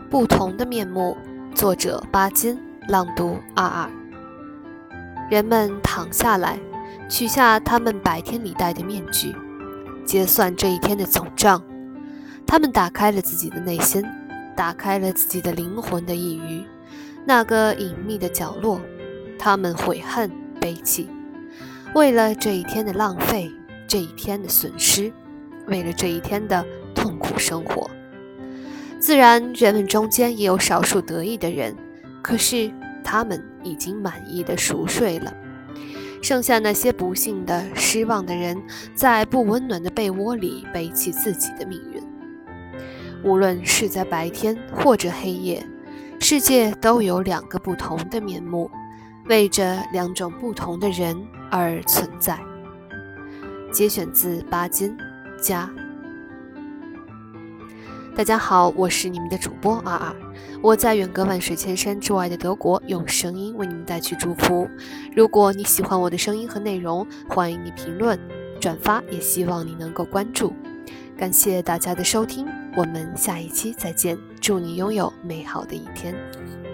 不同的面目，作者巴金，朗读22。人们躺下来，取下他们白天里戴的面具，结算这一天的总账。他们打开了自己的内心，打开了自己的灵魂的一隅，那个隐秘的角落。他们悔恨悲泣，为了这一天的浪费，这一天的损失，为了这一天的痛苦生活。自然，人们中间也有少数得意的人，可是他们已经满意的熟睡了。剩下那些不幸的、失望的人，在不温暖的被窝里背起自己的命运。无论是在白天或者黑夜，世界都有两个不同的面目，为着两种不同的人而存在。节选自巴金家。大家好，我是你们的主播22，我在远隔万水千山之外的德国，用声音为你们带去祝福。如果你喜欢我的声音和内容，欢迎你评论、转发，也希望你能够关注。感谢大家的收听，我们下一期再见，祝你拥有美好的一天。